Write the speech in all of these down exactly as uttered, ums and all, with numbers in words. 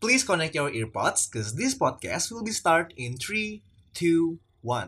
Please connect your earpods because this podcast will be start in three, two, one.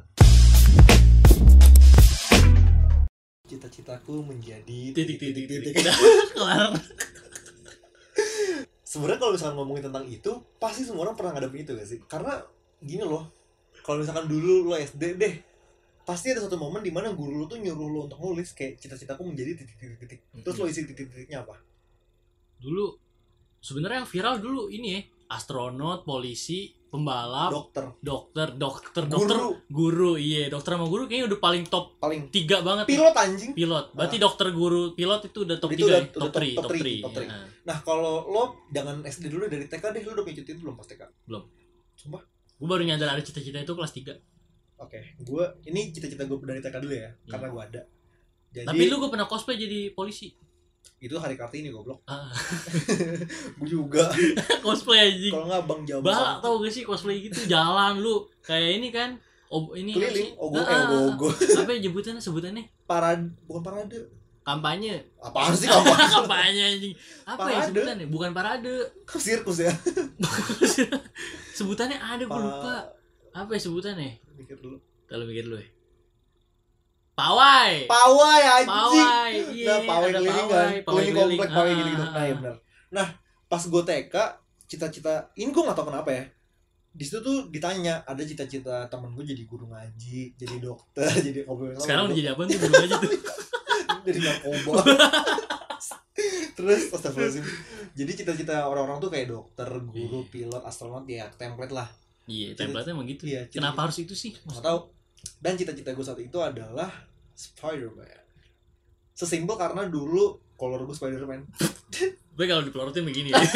Cita-citaku menjadi titik-titik-titik. Kelar. Sebenarnya kalau misalkan ngomongin tentang itu, pasti semua orang pernah ngadepin itu gak sih? Karena gini loh, kalau misalkan dulu lo S D deh, pasti ada satu momen di mana guru lo tuh nyuruh lo untuk nulis kayak cita-citaku menjadi titik-titik-titik. Terus lo isi titik-titiknya apa? Dulu sebenarnya yang viral dulu ini ya, astronot, polisi, pembalap, Dokter, dokter, dokter, Guru. dokter, guru, iya dokter sama guru kayaknya udah paling top paling tiga banget. pilot anjing. Pilot, berarti dokter, guru, pilot itu udah top Itu tiga, udah- ya? udah top top- three, top top three, three. top three. Ya. Nah kalau lo jangan S D dulu, dari T K deh, lo udah punya cita-cita belum pas T K? Belum. Sumpah? Gue baru nyadar ada cita-cita itu kelas tiga. Oke, gue ini cita-cita gue dari T K dulu ya, Hmm. karena gue ada. Jadi Tapi lu gue pernah cosplay jadi polisi. itu hari Kartini goblok. Ah. Gue juga. Cosplay anjing. Kalau nggak Bang Jamal. Balak tau gak sih cosplay gitu, jalan lu kayak ini kan. Ob, ini apa Keliling, sih? ogo, Ah, eh, ogo-ogo. Apa ya sebutannya sebutannya? Parade, bukan parade. Kampanye. Apaan sih kampanye? Kampanye anjing. Apa ya Parade. sebutannya? Bukan parade. Sirkus ya. Sebutannya ada gue Pa- lupa. Apa ya sebutannya? Mikir dulu. Kalau mikir dulu ya. Pawai. Pawai anjing. Pawai. Iya, Nah, pawai ada keliling kan. pawai, pawai Keliling keliling. komplek, pawai Ah, gitu-gitu. Nah, ya benar. Nah, pas gue T K, cita-cita ini gue gak tau kenapa ya. Di situ tuh ditanya, ada cita-cita temen gue jadi guru ngaji, jadi dokter, jadi ngobrol. Sekarang udah jadi apa tuh dulu aja tuh. Jadi narkoba. Terus astagfirullahaladzim. Jadi cita-cita orang-orang tuh kayak dokter, guru, pilot, astronot, ya template lah. Iya, template-nya emang gitu. Iya, cita-cita- Kenapa harus itu sih? Gak tau. Dan cita-cita gue saat itu adalah Spider-Man. Sesimpel karena dulu kolor gue Spider-Man. Gue kalau dipelorotin begini ya.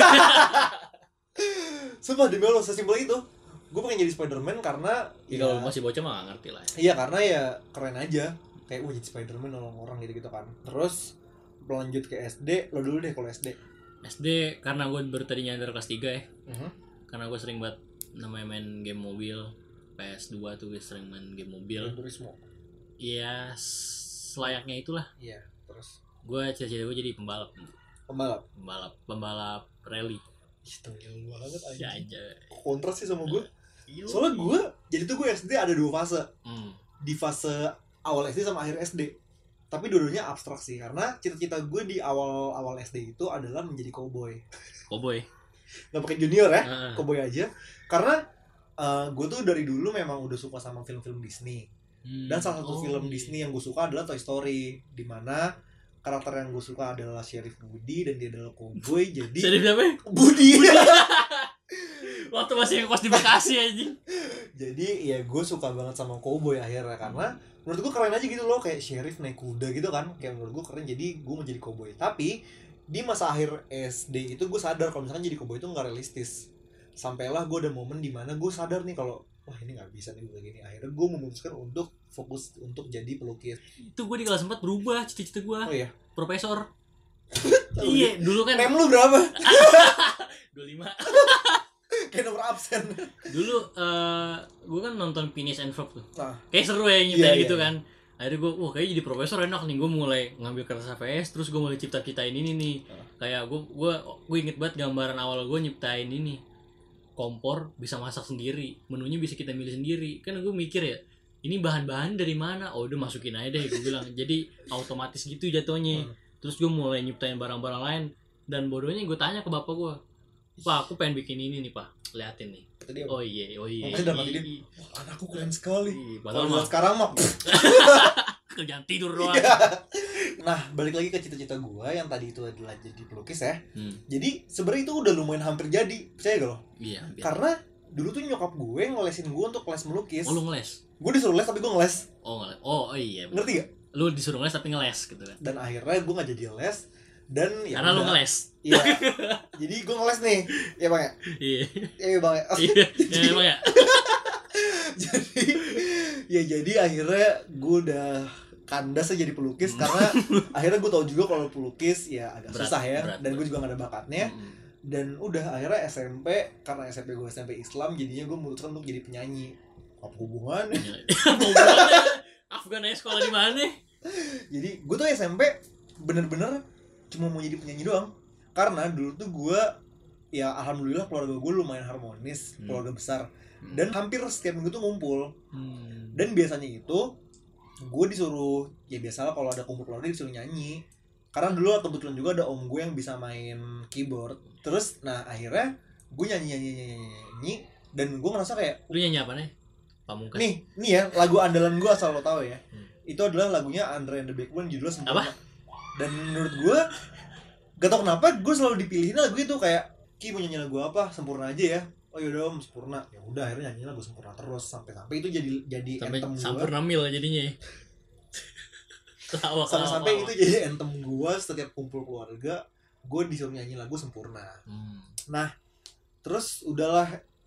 Sumpah demi Allah, sesimpel itu. Gue pengen jadi Spider-Man karena Ya, kalau masih bocah mah gak ngerti lah. iya karena ya keren aja. Kayak wah jadi Spider-Man nolong orang gitu-gitu kan. Terus berlanjut ke S D, lo dulu deh kalau S D. S D karena gue baru tadi nyadar kelas tiga ya. Uh-huh. Karena gue sering banget namanya main game mobil. P S dua tuh gue sering main game mobil. Gran Turismo. Iya, selayaknya itulah. Iya, terus Gue cita-cita gue jadi pembalap. pembalap. Pembalap, pembalap rally. Istungil banget Ya aja. aja. Kontras sih sama gue. Iya. Soalnya gue, jadi tuh gue S D ada dua fase. Hmm. Di fase awal S D sama akhir S D. Tapi dua-duanya abstrak sih, karena cita-cita gue di awal-awal S D itu adalah menjadi cowboy. Cowboy. Gak pakai junior ya, Heeh. cowboy aja. Karena uh, gue tuh dari dulu memang udah suka sama film-film Disney. Hmm. Dan salah satu Oh, film iya. Disney yang gue suka adalah Toy Story, di mana karakter yang gue suka adalah Sheriff Woody dan dia adalah cowboy. Jadi Jadi siapa? Woody. Waktu masih ngekos di Bekasi anjing. Jadi ya gue suka banget sama cowboy akhirnya, karena menurut gue keren aja gitu loh, kayak sheriff naik kuda gitu kan, kayak menurut gue keren, jadi gue mau jadi cowboy. Tapi di masa akhir S D itu gue sadar kalau misalkan jadi cowboy itu nggak realistis. Sampailah gue ada momen di mana gue sadar nih kalau wah ini nggak bisa nih gue gini. Akhirnya gue memutuskan untuk fokus untuk jadi pelukis. Itu gue di kelas empat berubah cita-cita gue. Oh iya. Profesor. Iya, dulu kan Nem lu berapa? dua puluh lima. Kayak nomor absen. Dulu eh gue kan nonton Phineas and Ferb tuh. Nah, Kayak seru ya nyiptain Iya, gitu iya, kan. Akhirnya gue, wah kayaknya jadi profesor enak nih. Gue mulai ngambil kertas H V S, terus gue mulai cipta-ciptain ini nih. Ah. Kayak gue gue gue inget banget gambaran awal gue nyiptain ini. Kompor bisa masak sendiri, menunya bisa kita milih sendiri. Kan gue mikir ya, ini bahan-bahan dari mana? Oh udah masukin aja deh, gue bilang. Jadi otomatis gitu jatuhnya. Hmm. Terus gue mulai nyiptain barang-barang lain. Dan bodohnya gue tanya ke bapak gue, Pak aku pengen bikin ini nih pak, liatin nih. tadi Oh iya, oh iya. Makanya dalam hati dia, Iya. wah anakku keren sekali. Iya, Kalau padahal buat mah sekarang mah kerjaan tidur doang. Iya. Nah, balik lagi ke cita-cita gue yang tadi itu adalah jadi pelukis ya. Hmm. Jadi sebenarnya itu udah lumayan hampir jadi, percaya gak lo? Iya. biar- Karena dulu tuh nyokap gue ngelesin gue untuk les melukis. Oh lu ngeles? Gue disuruh les tapi gue ngeles, Oh ngeles. Oh, oh iya. ngerti gak? Lu disuruh ngeles tapi ngeles gitu kan? Dan akhirnya gue gak jadi les. Dan ya Karena lu udah. ngeles. Iya. Jadi gue ngeles nih, ya bang ya. Iya. Iya bang ya. Iya. Ya emang ya. Jadi ya jadi akhirnya gue udah kandas aja jadi pelukis karena akhirnya gue tahu juga kalau pelukis ya agak Berat, susah ya, berat, dan gue berat. juga gak ada bakatnya. Mm-mm. Dan udah akhirnya S M P, karena S M P gue S M P Islam, jadinya gue memutuskan untuk jadi penyanyi. Apa hubungannya? Hubungannya Afgan aja sekolah di mana? Jadi gue tuh S M P bener-bener cuma mau jadi penyanyi doang. Karena dulu tuh gue ya alhamdulillah keluarga gue lumayan harmonis, Hmm. keluarga besar, Hmm. dan hampir setiap minggu tuh ngumpul. Hmm. Dan biasanya itu gue disuruh, ya biasalah kalau ada kumpul keluarga disuruh nyanyi, karena dulu kebetulan juga ada om gue yang bisa main keyboard. Terus nah akhirnya gue nyanyi nyanyi nyanyi nyanyi dan gue ngerasa kayak Lu nyanyi apa nih? Pamungkas. nih nih ya lagu andalan gue asal lo tahu ya, Hmm. itu adalah lagunya Andre and the Backbone, judulnya Sempurna. Apa? Dan menurut gue gak tau kenapa gue selalu dipilihin lagu itu, kayak Ki mau nyanyi lagu apa, Sempurna aja ya. Oh yaudah om Sempurna, ya udah akhirnya nyanyi lagu Sempurna terus sampai sampai itu jadi jadi Sampai anthem gue. Sampurna mil jadinya. Lawak, Sampai-sampai lawak, itu lawak. jadi anthem gue setiap kumpul keluarga, gue disuruh nyanyi lagu Sempurna. Hmm. Terus udahlah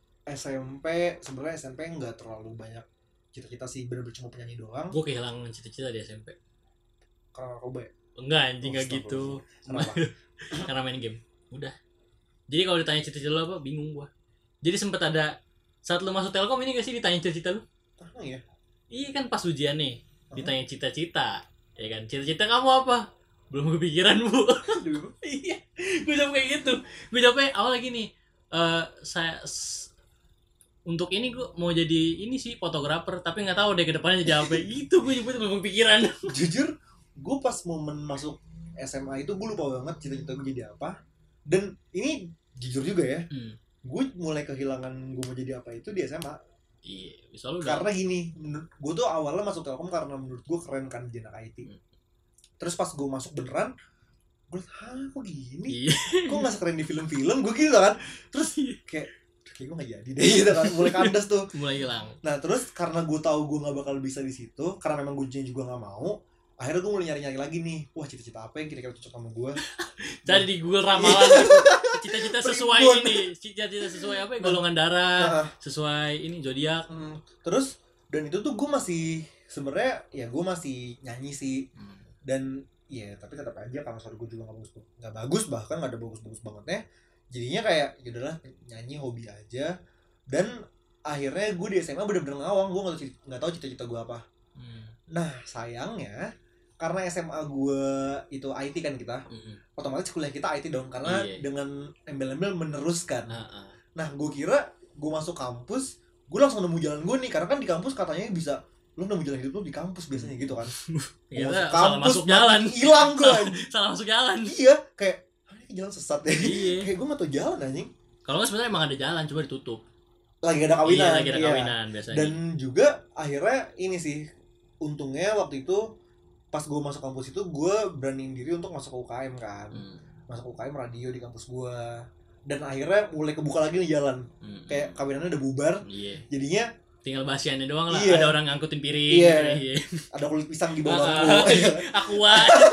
S M P, sebenarnya S M P nggak terlalu banyak cita-cita sih, bener-bener cuma penyanyi doang. Gue kehilangan cita-cita di S M P. Karena narkoba ya. Enggak anjing, Oh, enggak gitu. Kenapa? Karena main game. Udah. Jadi kalau ditanya cita-cita lu apa, bingung gua. Jadi sempet ada saat lu masuk Telkom ini gak sih ditanya cita-cita lu? Emang ya? Iya kan pas ujian nih, ditanya cita-cita. Ya kan, cita-cita kamu apa? Belum kepikiran, Bu. Iya. Gue jawab kayak gitu. Gue jawabnya awal lagi nih. Eh saya s- untuk ini gue mau jadi ini sih fotografer, tapi nggak tahu deh ke depannya jawabnya. Gitu gue nyebut belum kepikiran. Jujur, gue pas momen masuk S M A itu gue lupa banget cita-cita gue jadi apa. Dan ini jujur juga ya, Hmm. gue mulai kehilangan gue mau jadi apa itu di S M A. Iya, bisa lu udah. Karena gini, menurut gue tuh awalnya masuk Telkom karena menurut gue keren kan jadi anak I T. Hmm. Terus pas gue masuk beneran, gue liat, hah kok gini? Iya. Kok gak sekeren di film-film? Gue gitu kan. Terus kayak, kayak gue gak jadi deh gitu kan. Mulai kandas tuh. Mulai hilang. Nah terus karena gue tahu gue gak bakal bisa di situ, karena memang gue juga gak mau, akhirnya gue mulai nyari-nyari lagi nih, wah cita-cita apa yang kira-kira cocok sama gue. Cari di Google ramalan gitu. Cita-cita sesuai Primbon. ini, cita-cita sesuai apa ya? Golongan darah, Nah, sesuai ini zodiak. hmm, terus dan itu tuh gue masih sebenarnya ya gue masih nyanyi sih, dan ya tapi tetap aja karena suara gue juga nggak bagus nggak bagus bahkan nggak ada bagus-bagus bangetnya, jadinya kayak ya udahlah nyanyi hobi aja. Dan akhirnya gue di S M A bener-bener ngawang, gue nggak tahu nggak tahu cita-cita gue apa. Hmm. Nah sayangnya karena S M A gue itu I T kan kita, Mm-mm. otomatis kuliah kita I T dong, karena Iya. dengan embel-embel meneruskan. Ah, ah. Nah gue kira gue masuk kampus gue langsung nemu jalan gue nih, karena kan di kampus katanya bisa lu nemu jalan hidup lu di kampus biasanya gitu kan. Iya, Gua salah masuk jalan. hilang gue Salah, anjing. salah masuk jalan. Iya kayak "Ah, ini jalan sesat ya." Iya. Kayak gue gak tau jalan anjing. Kalau nggak sebenarnya emang ada jalan, cuma ditutup. Lagi ada kawinan. Iya, lagi ada iya. kawinan biasanya. Dan juga akhirnya ini sih, untungnya waktu itu pas gue masuk kampus itu gue beraniin diri untuk masuk ke U K M kan. Hmm. Masuk U K M radio di kampus gue. Dan akhirnya mulai kebuka lagi nih jalan. Hmm. Kayak kawinannya udah bubar. Iya. Jadinya Tinggal basiannya doang lah. Iya. Ada orang ngangkutin piring. Iya. Iya. ada kulit pisang di bawah Ah, bangku. Aqua.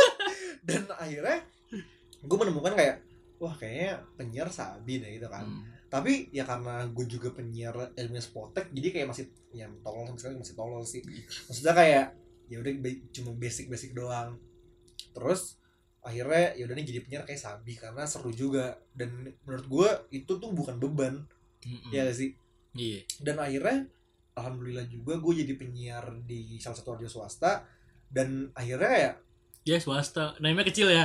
Dan akhirnya gue menemukan kayak wah kayaknya penyiar sabi deh gitu kan. Hmm. Tapi ya karena gue juga penyiar ilmiah spotek, jadi kayak masih yang tolol sampai sekarang masih tolol sih. Maksudnya kayak ya udah ba- cuma basic-basic doang. Terus akhirnya ya udah nih jadi penyiar kayak sabi karena seru juga, dan menurut gue itu tuh bukan beban. Mm-mm. Ya gak sih? Iya. Dan akhirnya alhamdulillah juga gue jadi penyiar di salah satu radio swasta, dan akhirnya kayak Ya swasta. Namanya kecil ya.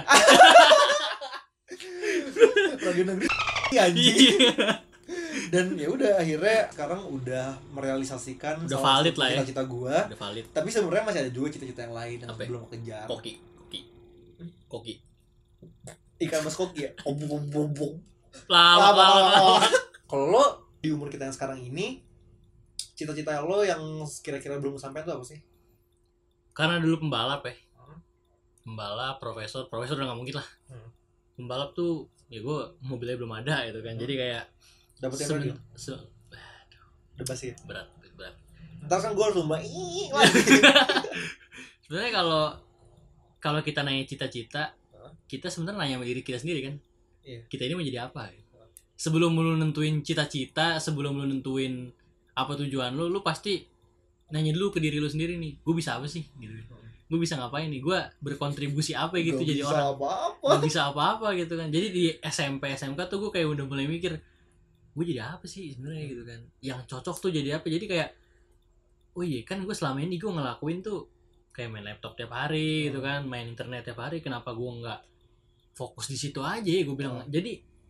radio negeri anjing. Iya. Dan ya udah akhirnya sekarang udah merealisasikan Udah salah valid satu lah ya. cita-cita gue. Udah valid. Tapi sebenarnya masih ada juga cita-cita yang lain yang Apa ya? belum kejar. Koki. Koki. Koki. Ikan mas koki ya. Obong obong obong. Lawak, lawak, lawak. Kalau lo di umur kita yang sekarang ini, cita-cita lo yang kira-kira belum sampai itu apa sih? Karena dulu pembalap ya. Hmm. Pembalap, profesor, profesor udah gak mungkin lah. Hmm. Pembalap tuh ya gue mobilnya belum ada gitu kan. Hmm. Jadi kayak Dapat yang seben- radio? se- Udah pasti ya. berat, berat. Ntar kan gue harus lomba ih lagi. Sebenarnya kalau kalau kita nanya cita-cita, Hah? kita sebenarnya nanya sama diri kita sendiri kan. Iya. Kita ini mau jadi apa? Sebelum lu nentuin cita-cita, sebelum lu nentuin apa tujuan lu, lu pasti nanya dulu ke diri lu sendiri nih. Gue bisa apa sih? Gitu. Gue bisa ngapain nih? Gue berkontribusi apa gitu Gak jadi bisa orang? apa-apa. Gak bisa apa-apa gitu kan. Jadi di S M P S M K tuh gue kayak udah mulai mikir, gue jadi apa sih sebenarnya gitu kan? Yang cocok tuh jadi apa? Jadi kayak, oh iya kan gue selama ini gue ngelakuin tuh kayak main laptop tiap hari gitu kan, main internet tiap hari. Kenapa gue nggak fokus di situ aja? Gue bilang. Hmm. Jadi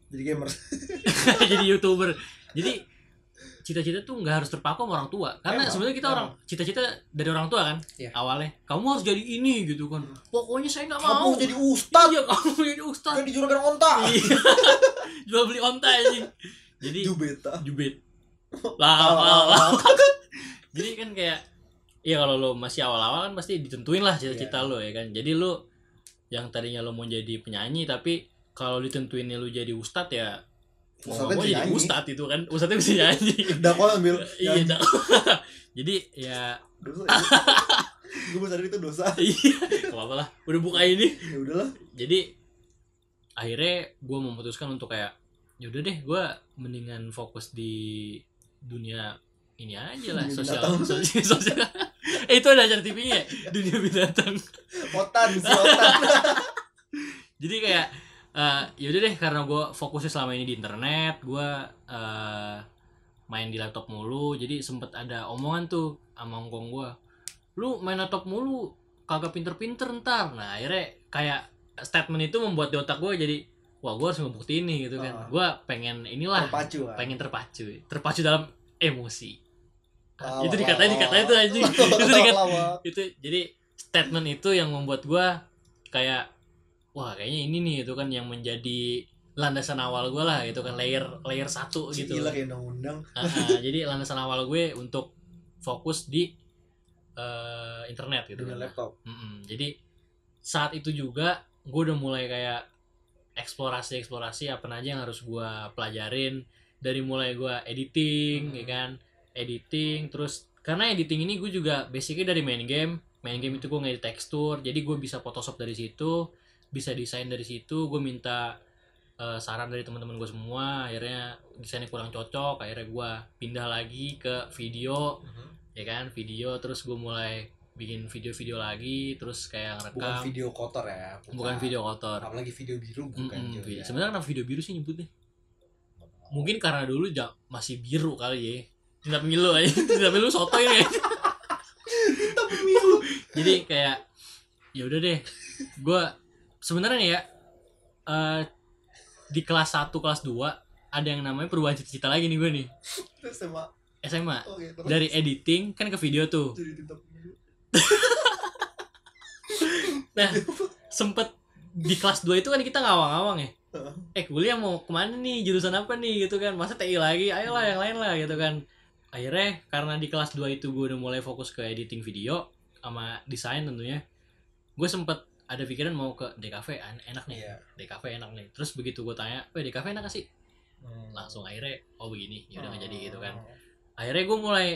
Jadi gamer. Jadi YouTuber. Jadi cita-cita tuh nggak harus terpaku sama orang tua, karena Emang, sebenarnya kita emang. orang cita-cita dari orang tua kan. Iya. Awalnya kamu harus jadi ini gitu kan, pokoknya saya nggak Kamu mau jadi ustad, iya kamu jadi ustad, jadi juragan onta. iya jual beli onta aja. Jadi Jubeta. jubit lah, lah, lah. Jadi kan kayak ya kalau lo masih awal-awal kan pasti ditentuin lah cita-cita Iya. lo ya kan. Jadi lo yang tadinya lo mau jadi penyanyi, tapi kalau ditentuinnya lo jadi ustad ya mau Ustadnya nggak mau bisa jadi nyanyi. ustad itu kan, ustadnya bisa nyanyi. Dakwah ambil. Iya, nyanyi. dak. Jadi ya Dosa. Ya. Gue baru sadar itu dosa. iya, nggak apa-apa lah. Udah buka ini. Ya udahlah. Jadi akhirnya gue memutuskan untuk kayak yaudah deh, gue mendingan fokus di dunia ini aja lah, Dunia sosial binatang. sosial, sosial. Eh, itu ada acara T V-nya, dunia binatang. Otan, si otan. Jadi kayak uh, yaudah deh, karena gue fokusnya selama ini di internet, gue uh, main di laptop mulu. Jadi sempet ada omongan tuh sama ngkong gue, lu main laptop mulu kagak pinter-pinter ntar. Nah akhirnya kayak statement itu membuat di otak gue jadi wah, gue harus ngebuktiin nih gitu kan. Ah. Gue pengen inilah, Terpacu kan. pengen terpacu terpacu dalam emosi. Ah, Lawak, itu dikatain lawak. dikatain tuh anjing. Itu dikat Lawak. itu jadi statement itu yang membuat gue kayak wah, kayaknya ini nih itu kan yang menjadi landasan awal gue lah gitu kan, layer layer satu gitu. Gila kayak undang-undang. Ah, ah, jadi landasan awal gue untuk fokus di uh, internet gitu Dunia kan. laptop. Mm-mm. Jadi saat itu juga gue udah mulai kayak eksplorasi-eksplorasi apa aja yang harus gue pelajarin, dari mulai gue editing, Hmm. ya kan, editing. Terus karena editing ini gue juga basicnya dari main game, main game itu gue ngedit tekstur, jadi gue bisa Photoshop dari situ, bisa desain dari situ. Gue minta uh, saran dari teman-teman gue semua, akhirnya desainnya kurang cocok, akhirnya gue pindah lagi ke video, ya kan, video. Terus gue mulai bikin video-video lagi, terus kayak ngerekam. Bukan video kotor ya. Bukan video kotor. Apalagi video biru bukan. Mm-mm, Joy, video. ya. Sebenarnya kenapa video biru sih nyebutnya? Mungkin karena dulu ja- masih biru kali ya. Tinta pemilu aja. Tinta pemilu soto ini. Tinta pemilu. Jadi kayak ya udah deh. Gue sebenarnya nih ya, eh, di kelas satu kelas dua ada yang namanya perubahan cita-cita lagi nih gue nih. Terus sama. S M A. Oke, terus. Dari editing kan ke video tuh. Jadi tinta pemilu. Nah, sempet di kelas dua itu kan kita ngawang-ngawang ya. Eh, kuliah mau kemana nih, jurusan apa nih gitu kan, masa T I lagi, ayolah yang lain lah gitu kan. Akhirnya karena di kelas dua itu gue udah mulai fokus ke editing video sama desain tentunya, gue sempet ada pikiran mau ke D K V, enak nih. Iya. D K V enak nih. Terus begitu gue tanya, "Eh, D K V enak gak sih?" Hmm. Langsung akhirnya oh begini, ya udah nggak jadi gitu kan. Oh. Akhirnya gue mulai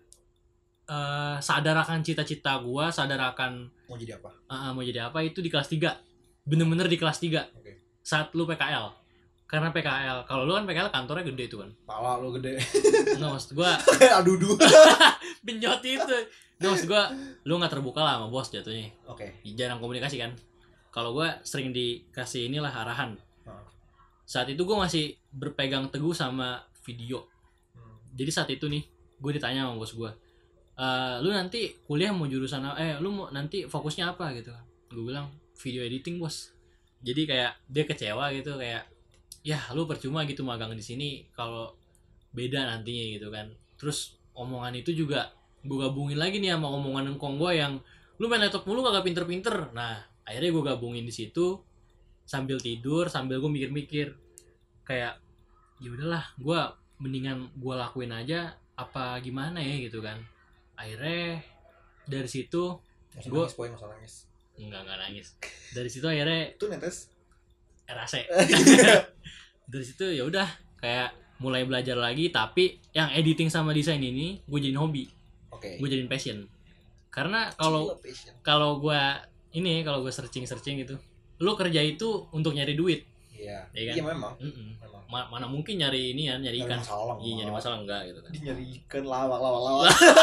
eh, sadar akan cita-cita gue, sadar akan Mau jadi apa? uh, mau jadi apa itu di kelas tiga. Bener-bener di kelas tiga. Oke. Saat lu P K L. Karena P K L, kalau lu kan P K L kantornya gede tuh kan. Pala lo gede. Enggak, maksud gua Kayak adudu. benjot itu. Enggak, maksud gua lu nggak terbuka lah sama bos jatuhnya. Oke. Jarang komunikasi kan. Kalau gua sering dikasih inilah arahan. Hmm. Saat itu gua masih berpegang teguh sama video. Hmm. Jadi saat itu nih, gue ditanya sama bos gua, "Eh, lu nanti kuliah mau jurusan apa? Eh, lu mau nanti fokusnya apa?" gitu. Gue bilang, "Video editing, Bos." Jadi kayak dia kecewa gitu, kayak ya lu percuma gitu magang di sini kalau beda nantinya gitu kan. Terus omongan itu juga gue gabungin lagi nih sama omongan engkong gue yang lu main laptop mulu kagak pinter-pinter. Nah, akhirnya gue gabungin di situ sambil tidur, sambil gue mikir-mikir kayak ya udahlah, gue mendingan gue lakuin aja apa gimana ya gitu kan. Akhirnya dari situ Masih Gua- nangis, poin masalah nangis. enggak enggak nangis. Dari situ akhirnya Itu netes. R A C. Dari situ ya udah kayak mulai belajar lagi, tapi yang editing sama desain ini gue jadiin hobi, Oke. gue jadiin passion. Karena kalau Gila, passion. kalau gue ini kalau gue searching searching gitu, lu kerja itu untuk nyari duit, Iya. Iya kan? Iya memang. Mm-mm. Memang. Ma- mana mungkin nyari ini ya, nyari Nyari ikan. masalah, Iya, nyari Mak. masalah enggak gitu kan. Dia nyari ikan lawak lawak lawak.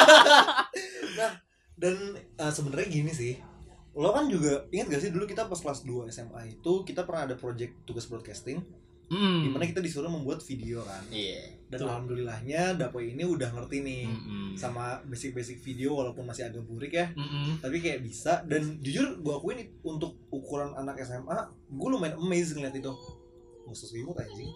Nah, dan uh, sebenarnya gini sih. Lo kan juga ingat gak sih dulu kita pas kelas dua S M A itu kita pernah ada project tugas broadcasting Mm. dimana kita disuruh membuat video kan. Iya. Dan Tuh. alhamdulillahnya Dapoy ini udah ngerti nih Mm-mm. sama basic-basic video walaupun masih agak burik ya. Mm-mm. Tapi kayak bisa, dan jujur gue akuin untuk ukuran anak S M A gue lumayan amazed ngeliat itu. musuh imut anjing.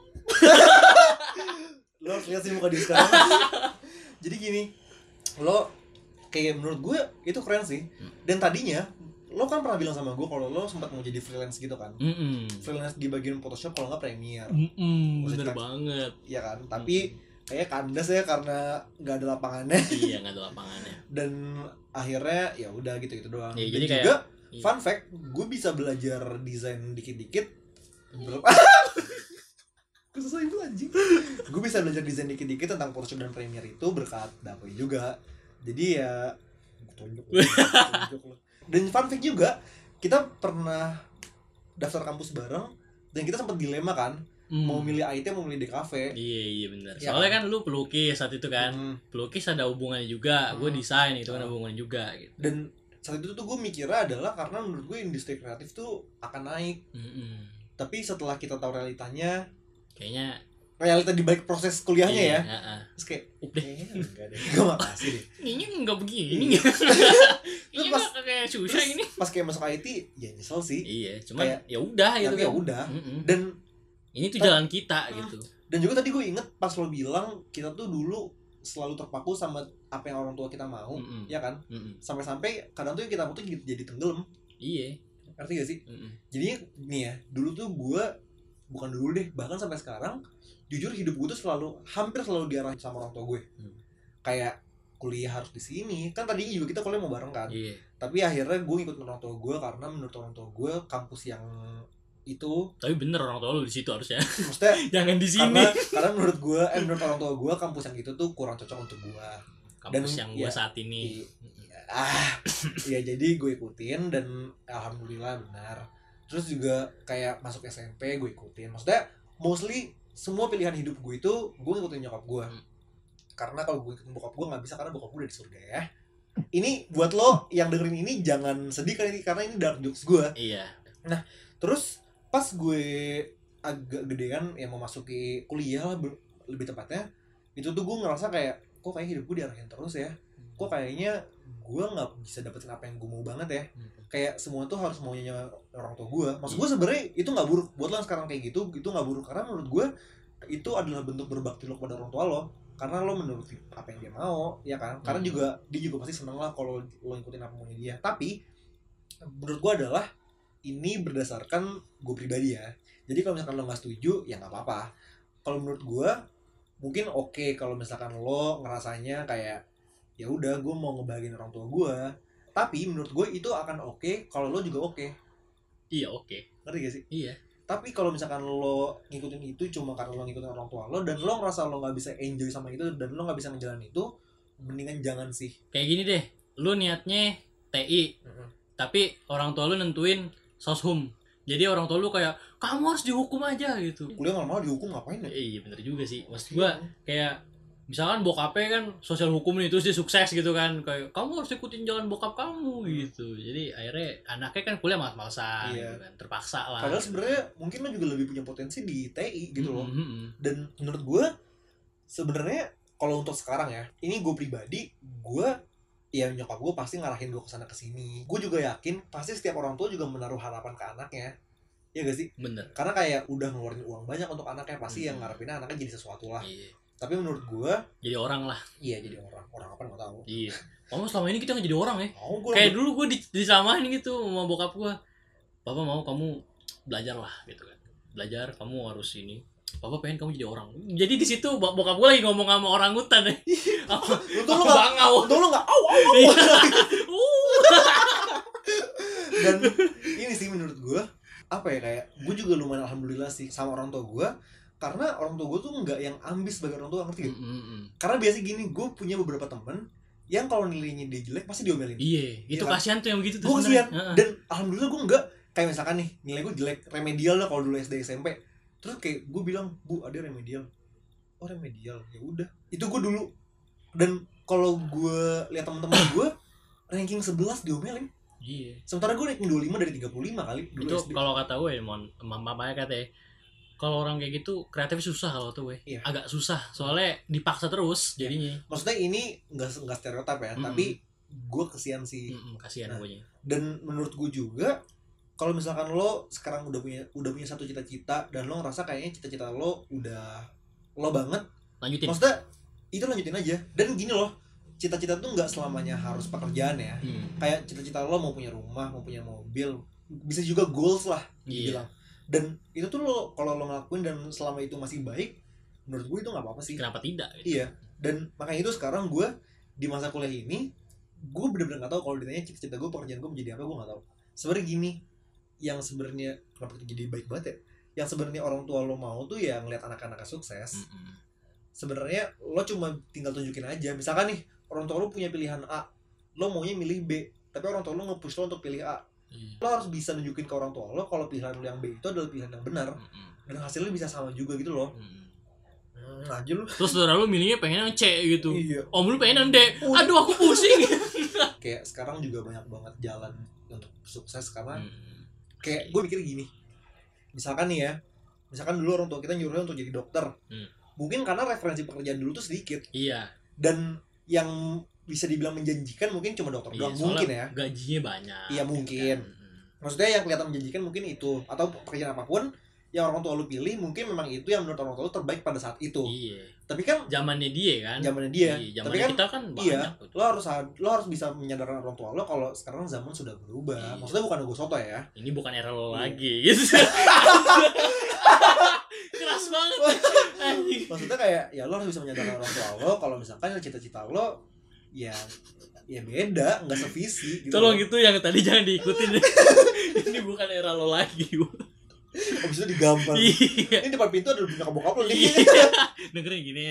Lo harus lihat sih muka dia sekarang. Jadi gini, lo kayak menurut gue itu keren sih. Dan tadinya lo kan pernah bilang sama gue kalau lo sempat mau jadi freelance gitu kan. Mm-mm. Freelance di bagian Photoshop kalau nggak Premiere. Mm-mm, Maksudnya bener kan- banget. Iya kan, tapi kayak kandas ya karena nggak ada lapangannya. Iya, nggak ada lapangannya. Dan akhirnya ya udah gitu-gitu doang. Ya, Dan jadi kayak- juga iya. fun fact, gue bisa belajar desain dikit-dikit. Ber- Gue susah itu anjing. Gue bisa belajar desain dikit-dikit tentang Photoshop dan Premiere itu berkat Dapoy juga. Jadi ya gue tunjuk lo, tunjuk lo. Dan fun fact juga, kita pernah daftar kampus bareng dan kita sempat dilema kan, Hmm. mau milih I T mau milih D K V. Iya, iya bener. Ya Soalnya kan? kan lu pelukis saat itu kan. Hmm. Pelukis ada hubungannya juga. Gue Hmm. desain itu kan ada Hmm. hubungannya juga gitu. Dan saat itu tuh gue mikirnya adalah karena menurut gue industri kreatif tuh akan naik. Mm-mm. Tapi setelah kita tahu realitanya, Kayaknya realita di balik proses kuliahnya iya, ya, heeh. terus kayak Udah. kayaknya enggak deh. Gue makasih deh. Ini enggak begini. Iya. Ini Pas- enggak kayak susah Terus ini. pas kayak masuk I T ya nyesel sih. Iya, cuman Kayak- ya udah gitu Tapi ya kan. udah. Mm-mm. Dan Ini tuh Ta- jalan kita Hmm. gitu. dan juga tadi gue inget pas lo bilang kita tuh dulu selalu terpaku sama apa yang orang tua kita mau, Mm-mm. ya kan? Mm-mm. Sampai-sampai kadang tuh yang kita mau tuh jadi, jadi tenggelam. Iya. Ngerti gak sih? Mm-mm. Jadi nih ya, dulu tuh gue bukan dulu deh, bahkan sampai sekarang jujur hidup gue tuh selalu hampir selalu diarahin sama orang tua gue. Hmm. Kayak kuliah harus di sini. Kan tadinya juga kita kuliah mau bareng kan. Iya. Tapi akhirnya gue ngikut orang tua gue karena menurut orang tua gue kampus yang itu Tapi bener orang tua lu di situ harusnya. maksudnya Jangan di sini. karena karena menurut gue eh menurut orang tua gue kampus yang itu tuh kurang cocok untuk gue. Kampus dan- yang gua ya, saat ini. Ah, ya jadi gue ikutin dan alhamdulillah benar. Terus juga kayak masuk S M P gue ikutin. Maksudnya mostly semua pilihan hidup gue itu gue ngikutin nyokap gue. Hmm. Karena kalau gue ikutin bokap gue nggak bisa karena bokap gue udah di surga ya. Ini buat lo yang dengerin ini jangan sedih kan ini karena ini dark jokes gue. Iya. Terus pas gue agak gedean ya mau masuki kuliah lah ber- lebih tepatnya, itu tuh gue ngerasa kayak kok kayak hidup gue diarahin terus ya. Kok kayaknya gue nggak bisa dapetin apa yang gue mau banget ya. Kayak semua tuh harus maunya orang tua gue. Maksud gue sebenarnya itu nggak buruk buat lo yang sekarang kayak gitu, itu nggak buruk karena menurut gue itu adalah bentuk berbakti lo kepada orang tua lo. Karena lo menuruti apa yang dia mau, ya kan? Karena Hmm. juga dia juga pasti seneng lah kalau lo ngikutin apa maunya dia. Tapi menurut gue adalah ini berdasarkan gue pribadi ya. Jadi kalau misalkan lo nggak setuju, ya nggak apa-apa. Kalau menurut gue mungkin oke kalau misalkan lo ngerasanya kayak ya udah gue mau ngebahagiain orang tua gue. Tapi menurut gue itu akan oke kalau lo juga oke. Iya, oke. Ngerti gak sih? Iya. Tapi kalau misalkan lo ngikutin itu cuma karena lo ngikutin orang tua lo dan lo ngerasa lo nggak bisa enjoy sama itu dan lo nggak bisa ngejalanin itu, mendingan jangan sih. Kayak gini deh. Lu niatnya T I, tapi orang tua lu nentuin soshum. Jadi orang tua lu kayak kamu harus dihukum aja gitu. Kuliah malah dihukum ngapain ya? Eh, iya bener juga sih. Maksud gua kayak misalkan bokapnya kan sosial hukum nih terus dia sukses gitu kan, kayak kamu harus ikutin jalan bokap kamu gitu. Jadi akhirnya anaknya kan kuliah malas-malasan Iya. gitu kan, terpaksa lah. Padahal sebenarnya mungkin lo juga lebih punya potensi di T I gitu loh. Mm-hmm. Dan menurut gue sebenarnya kalau untuk sekarang ya, ini gue pribadi, gue ya nyokap gue pasti ngarahin gue kesana kesini. Gue juga yakin pasti setiap orang tua juga menaruh harapan ke anaknya, ya gak sih? Bener. Karena kayak udah ngeluarin uang banyak untuk anaknya, pasti Hmm. yang ngarepinnya anaknya jadi sesuatu lah. Iya. Tapi menurut gue, Jadi orang lah. iya jadi orang, orang apa nggak tahu. Iya. Kamu selama ini kita nggak jadi orang ya. Mau gue Kayak dulu gue di, disamain gitu sama bokap gue. Papa mau kamu belajar lah gitu kan. Belajar kamu harus ini. Papa pengen kamu jadi orang. Jadi di situ bok- bokap gue lagi ngomong sama orang hutan ya. Aku untung aku lo nggak, bangau. untung lo nggak, au, au, au. Iya. Uh. Dan ini sih menurut gue apa ya kayak gue juga lumayan alhamdulillah sih sama orang tua gue karena orang tua gue tuh nggak yang ambis sebagai orang tua, ngerti gak? Mm-mm. Karena biasa gini, gue punya beberapa temen yang kalau nilainya dia jelek pasti diomelin. Iya, itu Iya kan? kasihan tuh yang begitu tuh. Gue kasihan. sebenarnya. Heeh. Dan alhamdulillah gue enggak kayak misalkan nih nilai gue jelek remedial lah kalau dulu S D S M P. Terus kayak gue bilang, "Bu, ada remedial." Oh, remedial. Ya udah. Itu gue dulu. Dan kalau gue lihat teman-teman gue ranking sebelas diomelin. Iya. Sementara gue ranking dua puluh lima dari tiga puluh lima kali dulu Itu S D. kalau kata gue, mon, mamanya kata ya, kalau orang kayak gitu kreatif susah kalau tuh gue. Iya. Agak susah, soalnya dipaksa terus jadinya. Maksudnya ini enggak enggak stereotip ya, Mm-mm. tapi gue kesian sih. Mm-mm, kasihan Nah. pokoknya. Dan menurut gue juga kalau misalkan lo sekarang udah punya udah punya satu cita-cita dan lo ngerasa kayaknya cita-cita lo udah lo banget, Lanjutin. maksudnya itu lanjutin aja. Dan gini loh, cita-cita tuh nggak selamanya harus pekerjaan ya. Hmm. Kayak cita-cita lo mau punya rumah, mau punya mobil, bisa juga goals lah Iya. dibilang. Dan itu tuh lo kalau lo ngelakuin dan selama itu masih baik, menurut gue itu nggak apa-apa sih. Kenapa tidak? Gitu. Iya. Dan makanya itu sekarang gue di masa kuliah ini, gue bener-bener nggak tahu kalau ditanya cita-cita gue, pekerjaan gue menjadi apa, gue nggak tahu. Sebenarnya gini, yang sebenarnya kenapa itu jadi baik banget ya? Yang sebenarnya orang tua lo mau tuh ya ngeliat anak-anaknya sukses. Mm-mm. Sebenarnya lo cuma tinggal tunjukin aja. Misalkan nih orang tua lo punya pilihan A, lo maunya milih B, tapi orang tua lo nge-push lo untuk pilih A. Iya. Lo harus bisa nunjukin ke orang tua lo kalau pilihan lo yang B itu adalah pilihan yang benar, Mm-mm. dan hasilnya bisa sama juga gitu loh. Mm-mm. Hmm, aja lu. Terus saudara lu milihnya pengen yang C gitu. Iya. Om lu pengen yang D. Aduh aku pusing. Kayak sekarang juga banyak banget jalan untuk sukses karena Hmm. kayak gue mikir gini. Misalkan nih ya, misalkan dulu orang tua kita nyuruhnya untuk jadi dokter. Hmm. Mungkin karena referensi pekerjaan dulu tuh sedikit, Iya. dan yang bisa dibilang menjanjikan mungkin cuma dokter Iya, doang, soalnya mungkin ya. gajinya banyak. Iya, mungkin. Kan? Mm-mm. Maksudnya yang kelihatan menjanjikan mungkin itu, atau pekerjaan apapun yang orang tua lu pilih mungkin memang itu yang menurut orang tua lu terbaik pada saat itu. Iya. Tapi kan Zamannya dia kan. zamannya dia. Iya, Tapi zamannya kan kita kan iya, banyak. Gitu. lo harus lo harus bisa menyadarkan orang tua lo kalau sekarang zaman sudah berubah. Iya. Maksudnya bukan gue soto ya. Ini bukan era lo Iya. lagi gitu. Keras banget. Anjing. Maksudnya kayak ya lo harus bisa menyadarkan orang tua lo kalau misalkan cita-cita lo ya ya beda, nggak sevisi gitu. Tolong itu yang tadi jangan diikutin. Ini bukan era lo lagi. Habis itu digambar. Iya. Ini depan pintu ada punya bokap lo nih. Iya. Dengerin gini.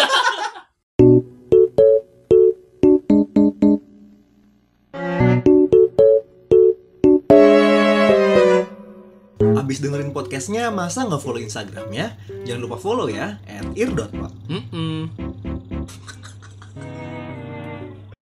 Abis dengerin podcastnya, masa nggak follow Instagramnya? Jangan lupa follow ya, at ear dot pod. Mm-mm.